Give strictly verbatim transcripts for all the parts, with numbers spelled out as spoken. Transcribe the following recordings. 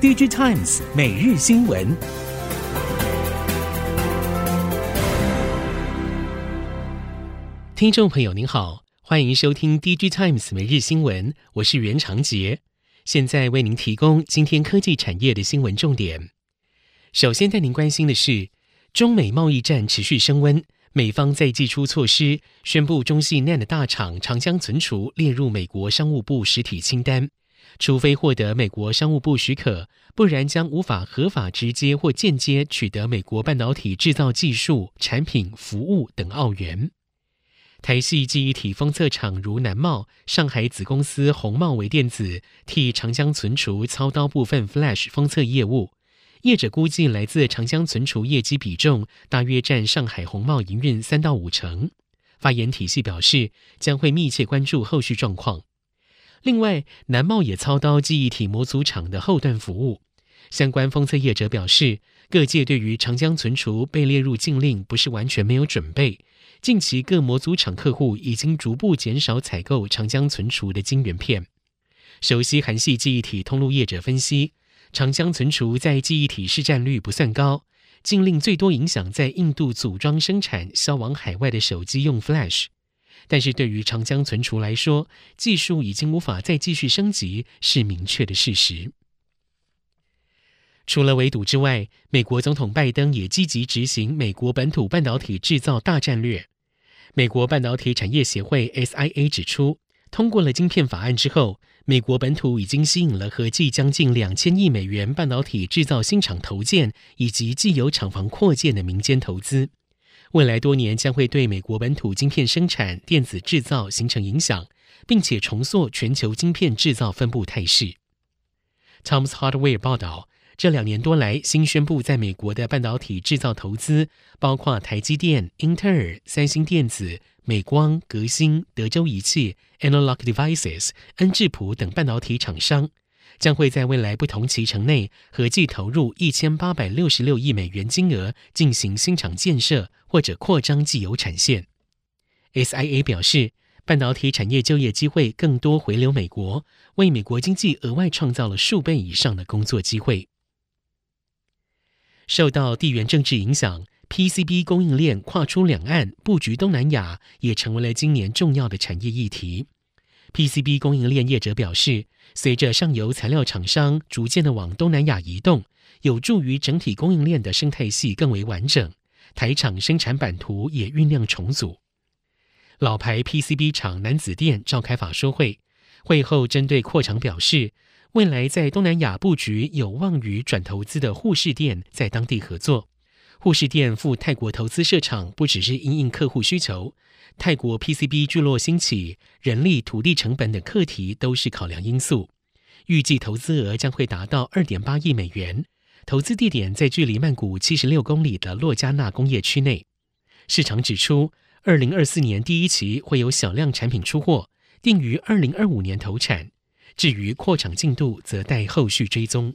D J Times 每日新闻。听众朋友您好，欢迎收听 D J Times 每日新闻，我是袁长杰，现在为您提供今天科技产业的新闻重点。首先带您关心的是，中美贸易战持续升温，美方再祭出措施，宣布中系 N A N D 大厂长江存储列入美国商务部实体清单，除非获得美国商务部许可，不然将无法合法直接或间接取得美国半导体制造技术、产品、服务等澳元。台系记忆体封测厂如南茂、上海子公司鸿茂微电子替长江存储操刀部分 Flash 封测业务，业者估计来自长江存储业绩比重大约占上海鸿茂营运三到五成。发言体系表示，将会密切关注后续状况。另外，南茂也操刀记忆体模组厂的后段服务。相关封测业者表示，各界对于长江存储被列入禁令不是完全没有准备。近期各模组厂客户已经逐步减少采购长江存储的晶圆片。熟悉韩系记忆体通路业者分析，长江存储在记忆体市占率不算高，禁令最多影响在印度组装生产销往海外的手机用 Flash。但是对于长江存储来说，技术已经无法再继续升级，是明确的事实。除了围堵之外，美国总统拜登也积极执行美国本土半导体制造大战略。美国半导体产业协会 S I A 指出，通过了晶片法案之后，美国本土已经吸引了合计将近两千亿美元半导体制造新厂投建以及既有厂房扩建的民间投资。未来多年将会对美国本土晶片生产、电子制造形成影响，并且重塑全球晶片制造分布态势。Tom's Hardware 报道，这两年多来新宣布在美国的半导体制造投资，包括台积电、英特尔、三星电子、美光、革新、德州仪器、Analog Devices、恩智浦等半导体厂商，将会在未来不同期程内合计投入一千八百六十六亿美元金额进行新厂建设或者扩张既有产线。 S I A 表示，半导体产业就业机会更多回流美国，为美国经济额外创造了数倍以上的工作机会。受到地缘政治影响， P C B 供应链跨出两岸布局东南亚也成为了今年重要的产业议题。 P C B 供应链业者表示，随着上游材料厂商逐渐的往东南亚移动，有助于整体供应链的生态系更为完整，台厂生产版图也酝酿重组。老牌 P C B 厂南子电召开法说会，会后针对扩厂表示，未来在东南亚布局有望与转投资的富士电在当地合作。富士电赴泰国投资设厂不只是因应客户需求，泰国 P C B 聚落兴起，人力、土地成本等课题都是考量因素。预计投资额将会达到 二点八亿美元，投资地点在距离曼谷七十六公里的洛加纳工业区内。市场指出，二零二四年第一期会有小量产品出货，定于二零二五年投产。至于扩厂进度则待后续追踪。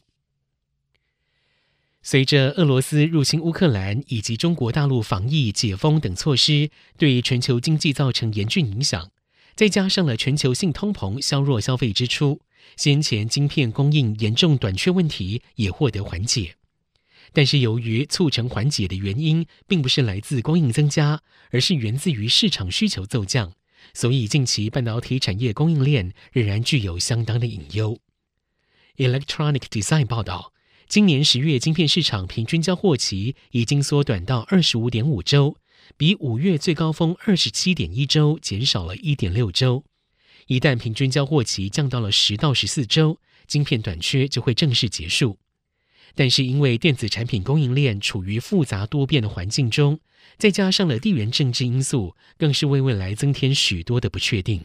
随着俄罗斯入侵乌克兰以及中国大陆防疫解封等措施对全球经济造成严峻影响，再加上了全球性通膨削弱消费支出，先前晶片供应严重短缺问题也获得缓解。但是由于促成缓解的原因并不是来自供应增加，而是源自于市场需求骤降，所以近期半导体产业供应链仍然具有相当的隐忧。 Electronic Design 报道，今年十月晶片市场平均交货期已经缩短到 二十五点五周，比五月最高峰 二十七点一周减少了 一点六周。一旦平均交货期降到了十到十四周，晶片短缺就会正式结束。但是因为电子产品供应链处于复杂多变的环境中，再加上了地缘政治因素，更是为未来增添许多的不确定。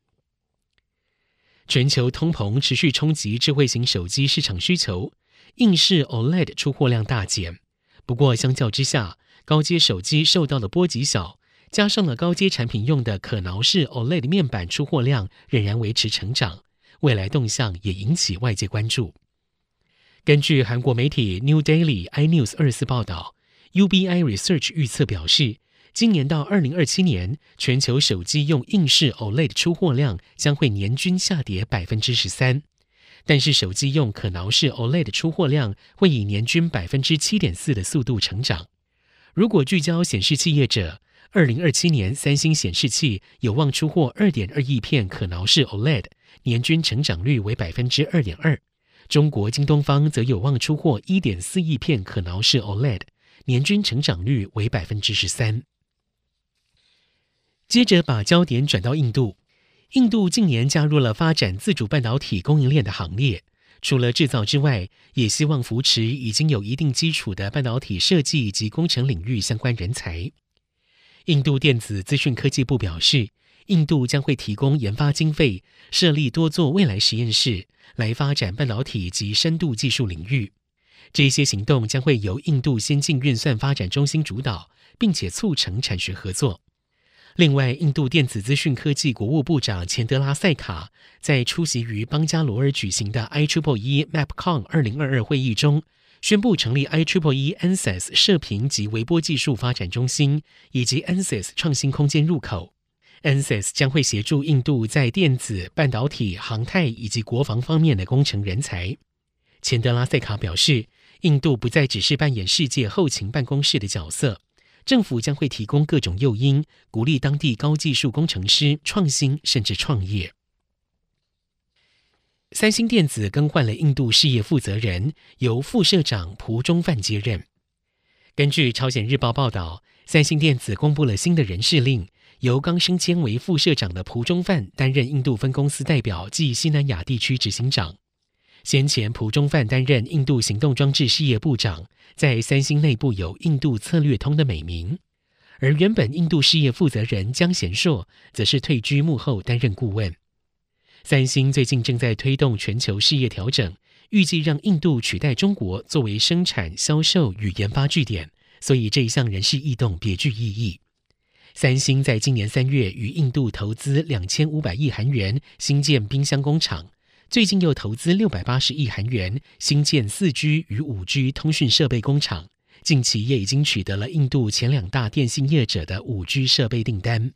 全球通膨持续冲击智慧型手机市场需求，硬式 O L E D 出货量大减。不过相较之下，高阶手机受到的波及小，加上了高阶产品用的可挠式 O L E D 面板出货量仍然维持成长，未来动向也引起外界关注。根据韩国媒体 New Daily iNews 二十四报道， U B I Research 预测表示，今年到二零二七年，全球手机用硬式 O L E D 出货量将会年均下跌 百分之十三。 但是手机用可挠式 O L E D 出货量会以年均 百分之七点四 的速度成长。如果聚焦显示器业者，二零二七年三星显示器有望出货 二点二亿片可挠式 O L E D， 年均成长率为 百分之二点二。中国京东方则有望出货 一点四亿片可挠式 O L E D， 年均成长率为 百分之十三。接着把焦点转到印度，印度近年加入了发展自主半导体供应链的行列，除了制造之外，也希望扶持已经有一定基础的半导体设计及工程领域相关人才。印度电子资讯科技部表示，印度将会提供研发经费，设立多座未来实验室，来发展半导体及深度技术领域。这些行动将会由印度先进运算发展中心主导，并且促成产学合作。另外，印度电子资讯科技国务部长钱德拉塞卡在出席于邦加罗尔举行的 I E E E MapCon 二零二二会议中，宣布成立 I E E E A N S Y S 射频及微波技术发展中心以及 A N S Y S 创新空间入口。A N S Y S 将会协助印度在电子、半导体、航太以及国防方面的工程人才。钱德拉塞卡表示，印度不再只是扮演世界后勤办公室的角色，政府将会提供各种诱因，鼓励当地高技术工程师创新甚至创业。三星电子更换了印度事业负责人，由副社长蒲中范接任。根据朝鲜日报报道，三星电子公布了新的人事令，由刚升迁为副社长的蒲中范担任印度分公司代表暨西南亚地区执行长。先前蒲中范担任印度行动装置事业部长，在三星内部有印度策略通的美名。而原本印度事业负责人江贤硕则是退居幕后担任顾问。三星最近正在推动全球事业调整，预计让印度取代中国作为生产、销售与研发据点，所以这一项人事异动别具意义。三星在今年三月于印度投资两千五百亿韩元新建冰箱工厂，最近又投资六百八十亿韩元新建 四 G 与 五 G 通讯设备工厂，近期也已经取得了印度前两大电信业者的 五 G 设备订单。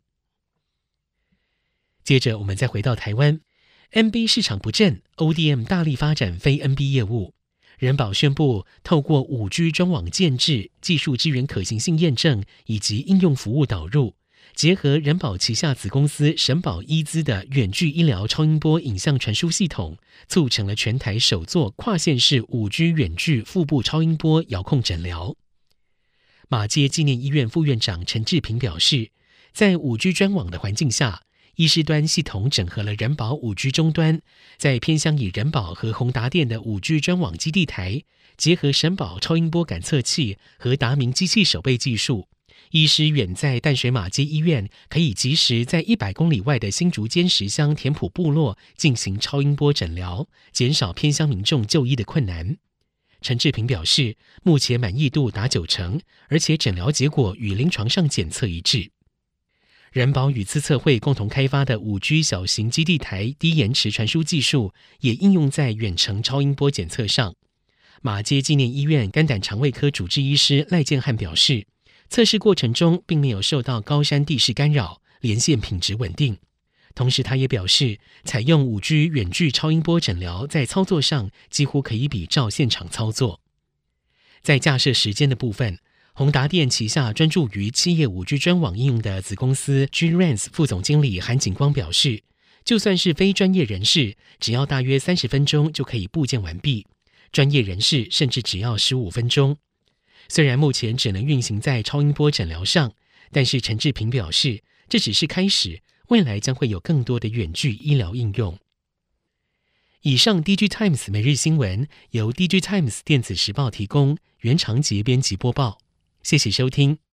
接着我们再回到台湾， N B 市场不振， O D M 大力发展非 N B 业务。人保宣布透过 五 G 专网建制、技术支援可行性验证以及应用服务导入，结合人保旗下子公司神保医资的远距医疗超音波影像传输系统，促成了全台首座跨县市 五 G 远距腹部超音波遥控诊疗。马偕纪念医院副院长陈志平表示，在 五 G 专网的环境下，医师端系统整合了人保 五 G 终端，在偏乡以人保和宏达电的 五 G 专网基地台，结合神保超音波感测器和达明机器手背技术，医师远在淡水马偕医院，可以及时在一百公里外的新竹尖石乡田埔部落进行超音波诊疗，减少偏乡民众就医的困难。陈志平表示，目前满意度达九成，而且诊疗结果与临床上检测一致。人保与资策会共同开发的 五 G 小型基地台低延迟传输技术，也应用在远程超音波检测上。马偕纪念医院肝胆肠胃科主治医师赖建汉表示，测试过程中并没有受到高山地势干扰，连线品质稳定。同时他也表示，采用 五 G 远距超音波诊疗在操作上几乎可以比照现场操作。在架设时间的部分，宏达电旗下专注于企业 五 G 专网应用的子公司 G R A N S 副总经理韩景光表示，就算是非专业人士，只要大约三十分钟就可以布建完毕，专业人士甚至只要十五分钟。虽然目前只能运行在超音波诊疗上，但是陈志平表示，这只是开始，未来将会有更多的远距医疗应用。以上 D G Times 每日新闻由 D G Times 电子时报提供，袁长杰编辑播报。谢谢收听。